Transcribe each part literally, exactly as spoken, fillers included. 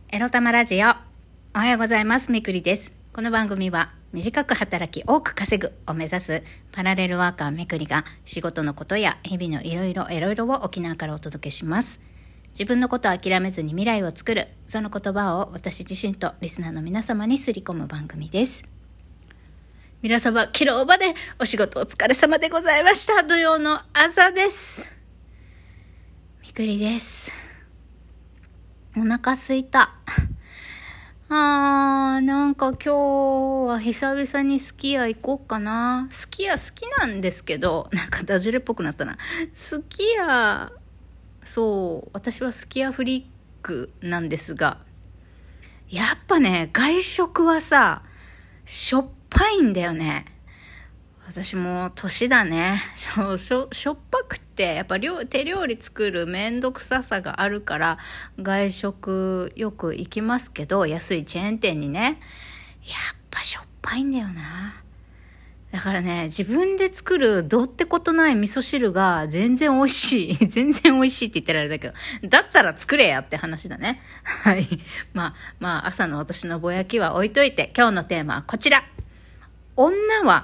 エロ玉ラジオ、おはようございます。みくりです。この番組は短く働き多く稼ぐを目指すパラレルワーカーみくりが仕事のことや日々のいろいろいろいろを沖縄からお届けします。自分のことを諦めずに未来を作る、その言葉を私自身とリスナーの皆様にすり込む番組です。皆様、昨日までお仕事お疲れ様でございました。土曜の朝です。みくりです。お腹すいた。あー、なんか今日は久々にすき家行こうかな。すき家好きなんですけど、なんかダジャレっぽくなったな。すき家、そう、私はすき家フリークなんですが、やっぱね、外食はさ、しょっぱいんだよね。私も年だね。しょ、しょ、しょっぱくってやっぱ料手料理作るめんどくささがあるから外食よく行きますけど、安いチェーン店にね、やっぱしょっぱいんだよな。だからね、自分で作るどうってことない味噌汁が全然美味しい全然美味しいって言ったらあれだけど、だったら作れやって話だね。はいまあまあ朝の私のぼやきは置いといて、今日のテーマはこちら。女は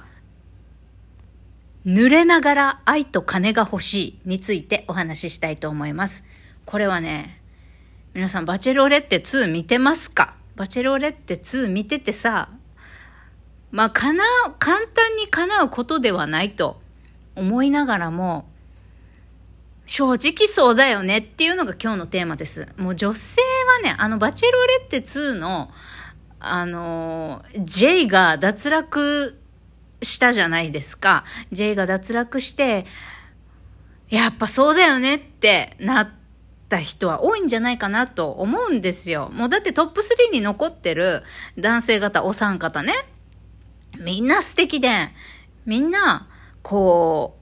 濡れながら愛と金が欲しいについてお話ししたいと思います。これはね、皆さんバチェロレッテツー見てますか？バチェロレッテツー見ててさ、まあ叶う、簡単に叶うことではないと思いながらも、正直そうだよねっていうのが今日のテーマです。もう女性はね、あのバチェロレッテツーのあの J が脱落したじゃないですか。J が脱落してやっぱそうだよねってなった人は多いんじゃないかなと思うんですよ。もうだってトップスリーに残ってる男性方お三方ね、みんな素敵で、みんなこ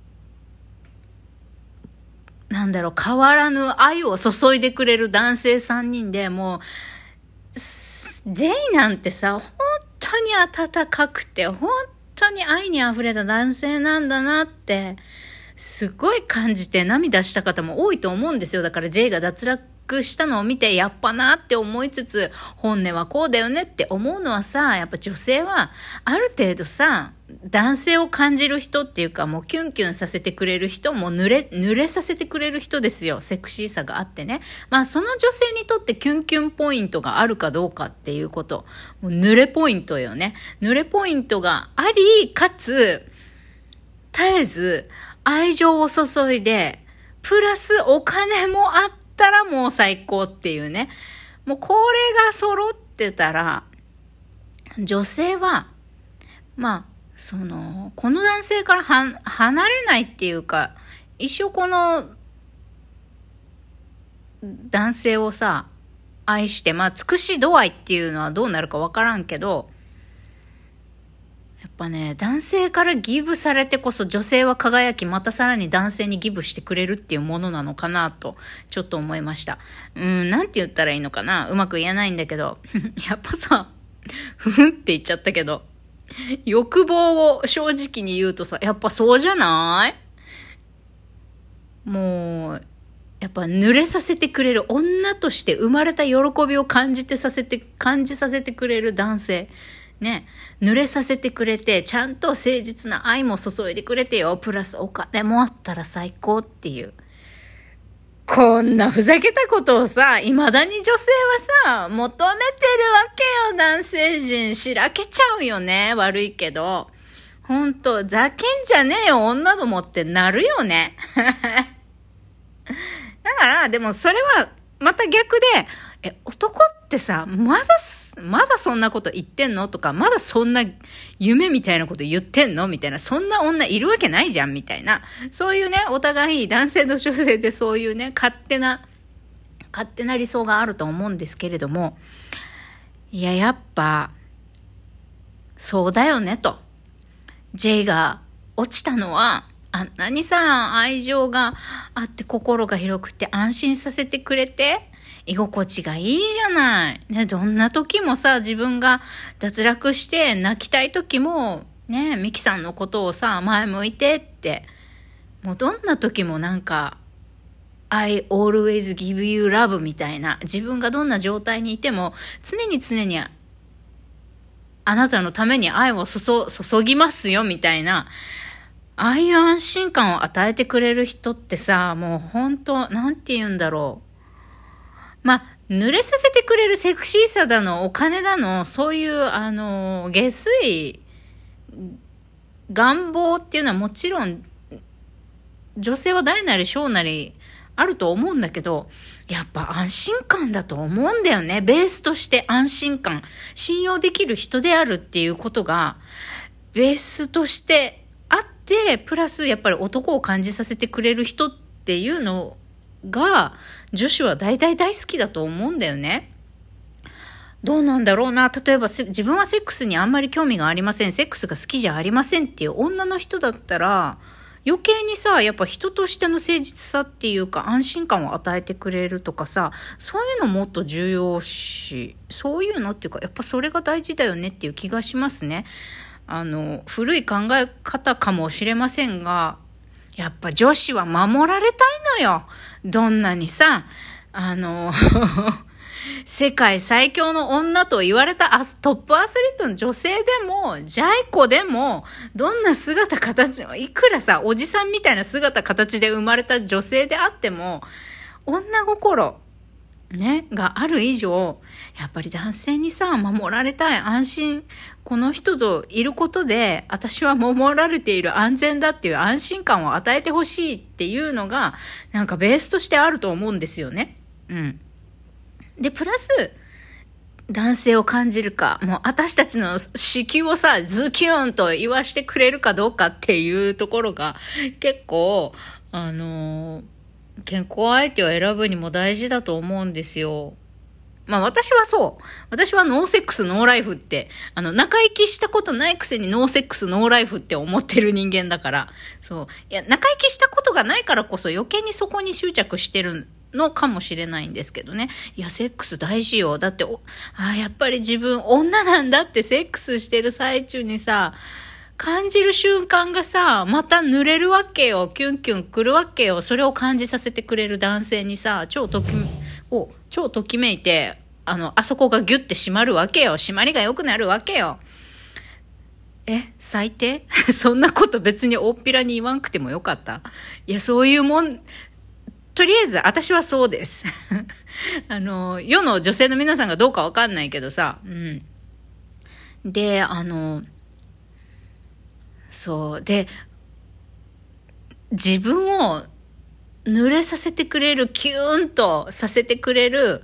うなんだろう、変わらぬ愛を注いでくれる男性さんにんで、もう J なんてさ、本当に温かくて本当に愛にあふれた男性なんだなってすごい感じて涙した方も多いと思うんですよ。だから J が脱落したのを見てやっぱなって思いつつ、本音はこうだよねって思うのはさ、やっぱ女性はある程度さ、男性を感じる人っていうか、もうキュンキュンさせてくれる人、もう濡れ濡れさせてくれる人ですよ。セクシーさがあってね。まあその女性にとってキュンキュンポイントがあるかどうかっていうこと、もう濡れポイントよね。濡れポイントがあり、かつ絶えず愛情を注いで、プラスお金もあったらもう最高っていうね。もうこれが揃ってたら、女性はまあそのこの男性からは離れないっていうか、一生この男性をさ愛して、まあ尽くし度合いっていうのはどうなるかわからんけど、やっぱね、男性からギブされてこそ女性は輝き、またさらに男性にギブしてくれるっていうものなのかなとちょっと思いました。うん、なんて言ったらいいのかな、うまく言えないんだけどやっぱさふふんって言っちゃったけど、欲望を正直に言うとさ、やっぱそうじゃない？もうやっぱ濡れさせてくれる、女として生まれた喜びを感じてさせて感じさせてくれる男性ね、濡れさせてくれて、ちゃんと誠実な愛も注いでくれてよ、プラスお金もあったら最高っていう、こんなふざけたことをさ、未だに女性はさ求めてるわけよ。男性陣しらけちゃうよね。悪いけどほんとざけんじゃねえよ女どもってなるよねだからでもそれはまた逆で、え、男ってさ、まだ、まだそんなこと言ってんのとか、まだそんな夢みたいなこと言ってんのみたいな、そんな女いるわけないじゃんみたいな、そういうね、お互い男性と女性でそういうね、勝手な、勝手な理想があると思うんですけれども、いや、やっぱ、そうだよねと。J が落ちたのは、あんなにさ、愛情があって心が広くて安心させてくれて、居心地がいいじゃない。ね、どんな時もさ、自分が脱落して泣きたい時も、ね、ミキさんのことをさ、前向いてって、もうどんな時もなんか、 I always give you love みたいな、自分がどんな状態にいても常に常にあなたのために愛を注、注ぎますよみたいな、ああいう安心感を与えてくれる人ってさ、もう本当なんて言うんだろう。まあ、濡れさせてくれるセクシーさだの、お金だの、そういう、あの、下水、願望っていうのはもちろん、女性は大なり小なりあると思うんだけど、やっぱ安心感だと思うんだよね。ベースとして安心感。信用できる人であるっていうことが、ベースとしてあって、プラスやっぱり男を感じさせてくれる人っていうのが、女子は大体大好きだと思うんだよね。どうなんだろうな。例えば自分はセックスにあんまり興味がありません。セックスが好きじゃありませんっていう女の人だったら、余計にさ、やっぱ人としての誠実さっていうか安心感を与えてくれるとかさ、そういうのもっと重要し、そういうのっていうか、やっぱそれが大事だよねっていう気がしますね。あの、古い考え方かもしれませんが、やっぱ女子は守られたいのよ。どんなにさ、あの、世界最強の女と言われたトップアスリートの女性でも、ジャイ子でも、どんな姿形、いくらさ、おじさんみたいな姿形で生まれた女性であっても、女心、ね、がある以上、やっぱり男性にさ、守られたい、安心、この人といることで、私は守られている、安全だっていう安心感を与えてほしいっていうのが、なんかベースとしてあると思うんですよね。うん。で、プラス、男性を感じるか、もう私たちの子宮をさ、ズキューンと言わしてくれるかどうかっていうところが、結構、あのー、健康相手を選ぶにも大事だと思うんですよ。まあ私はそう。私はノーセックスノーライフって、あの、仲生きしたことないくせにノーセックスノーライフって思ってる人間だから。そう。いや、仲生きしたことがないからこそ余計にそこに執着してるのかもしれないんですけどね。いや、セックス大事よ。だって、おあやっぱり自分女なんだってセックスしてる最中にさ、感じる瞬間がさ、また濡れるわけよ。キュンキュン来るわけよ。それを感じさせてくれる男性にさ、超とき、お、超ときめいて、あの、あそこがギュッて締まるわけよ。締まりが良くなるわけよ。え、最低そんなこと別に大っぴらに言わんくてもよかった。いや、そういうもん、とりあえず私はそうです。あの、世の女性の皆さんがどうかわかんないけどさ、うん。で、あの、そう。で、自分を濡れさせてくれる、キューンとさせてくれる、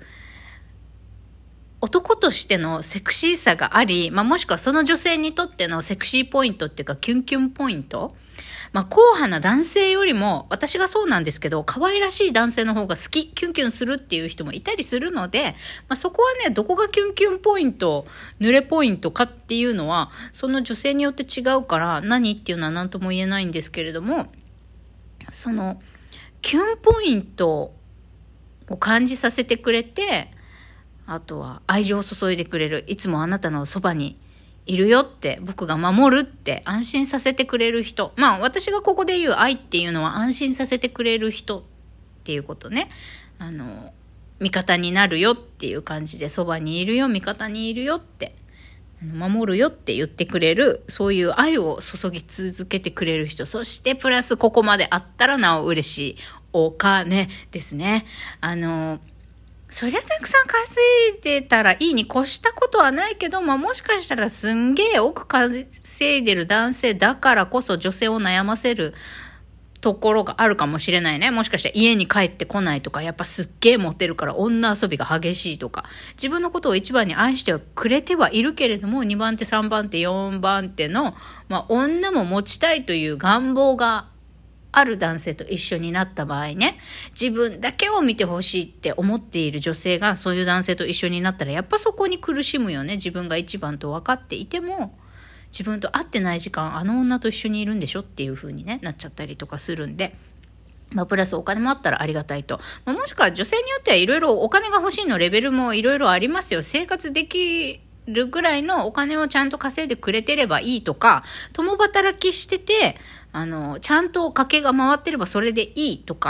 男としてのセクシーさがあり、まあ、もしくはその女性にとってのセクシーポイントっていうか、キュンキュンポイント、まあ、硬派な男性よりも、私がそうなんですけど、可愛らしい男性の方が好き、キュンキュンするっていう人もいたりするので、まあ、そこはね、どこがキュンキュンポイント、濡れポイントかっていうのは、その女性によって違うから、何っていうのは何とも言えないんですけれども、その、キュンポイントを感じさせてくれて、あとは愛情を注いでくれる、いつもあなたのそばにいるよって、僕が守るって安心させてくれる人。まあ私がここで言う愛っていうのは安心させてくれる人っていうことね。あの、味方になるよっていう感じで、そばにいるよ、味方にいるよって、守るよって言ってくれる、そういう愛を注ぎ続けてくれる人。そしてプラスここまであったらなお嬉しいお金ですね。あの、そりゃたくさん稼いでたらいいに越したことはないけど、まあもしかしたらすんげえ億稼いでる男性だからこそ女性を悩ませるところがあるかもしれないね。もしかしたら家に帰ってこないとか、やっぱすっげえモテるから女遊びが激しいとか、自分のことを一番に愛してはくれてはいるけれども、にばん手さんばん手よんばん手の、まあ女も持ちたいという願望がある男性と一緒になった場合ね、自分だけを見てほしいって思っている女性がそういう男性と一緒になったら、やっぱそこに苦しむよね。自分が一番と分かっていても、自分と会ってない時間あの女と一緒にいるんでしょっていう風に、ね、なっちゃったりとかするんで、まあプラスお金もあったらありがたいと、まあ、もしくは女性によってはいろいろお金が欲しいのレベルもいろいろありますよ。生活できるぐらいのお金をちゃんと稼いでくれてればいいとか、共働きしててあのちゃんと家計が回ってればそれでいいとか、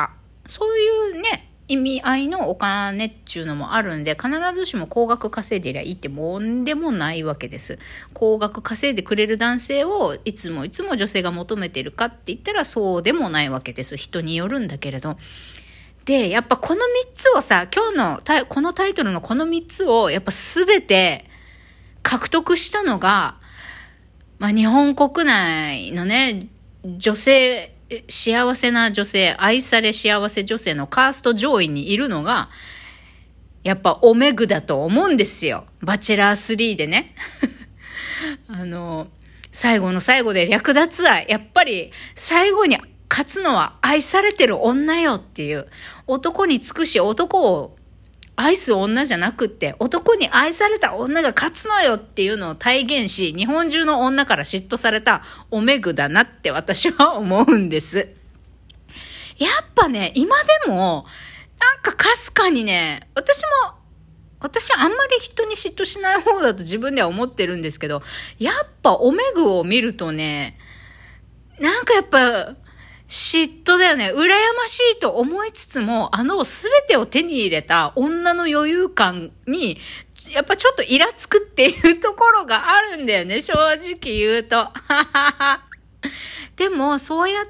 そういうね、意味合いのお金っていうのもあるんで、必ずしも高額稼いでりゃいいってもんでもないわけです。高額稼いでくれる男性をいつもいつも女性が求めてるかって言ったらそうでもないわけです。人によるんだけれど。で、やっぱこのみっつをさ、今日のこのタイトルのこのみっつをやっぱすべて獲得したのが、まあ日本国内のね、女性、幸せな女性、愛され幸せ女性のカースト上位にいるのが、やっぱオメグだと思うんですよ。バチェラースリーでね。あの、最後の最後で略奪愛。やっぱり最後に勝つのは愛されてる女よっていう。男に尽くし男を愛す女じゃなくって、男に愛された女が勝つのよっていうのを体現し、日本中の女から嫉妬されたおめぐだなって私は思うんです。やっぱね、今でも、なんかかすかにね、私も、私あんまり人に嫉妬しない方だと自分では思ってるんですけど、やっぱおめぐを見るとね、なんかやっぱ、嫉妬だよね。羨ましいと思いつつも、あの全てを手に入れた女の余裕感に、やっぱちょっとイラつくっていうところがあるんだよね。正直言うと。でも、そうやって、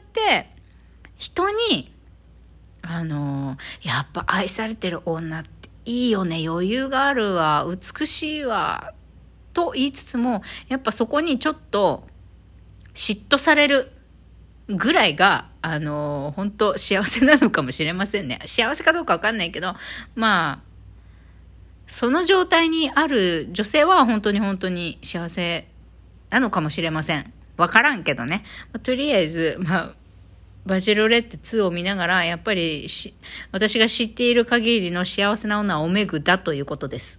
人に、あの、やっぱ愛されてる女っていいよね。余裕があるわ。美しいわ。と言いつつも、やっぱそこにちょっと嫉妬されるぐらいが、あのー、本当幸せなのかもしれませんね。幸せかどうかわかんないけど、まあ、その状態にある女性は本当に本当に幸せなのかもしれません。わからんけどね。まあ、とりあえず、まあ、バチェロレッテツーを見ながら、やっぱりし、私が知っている限りの幸せな女はオメグだということです。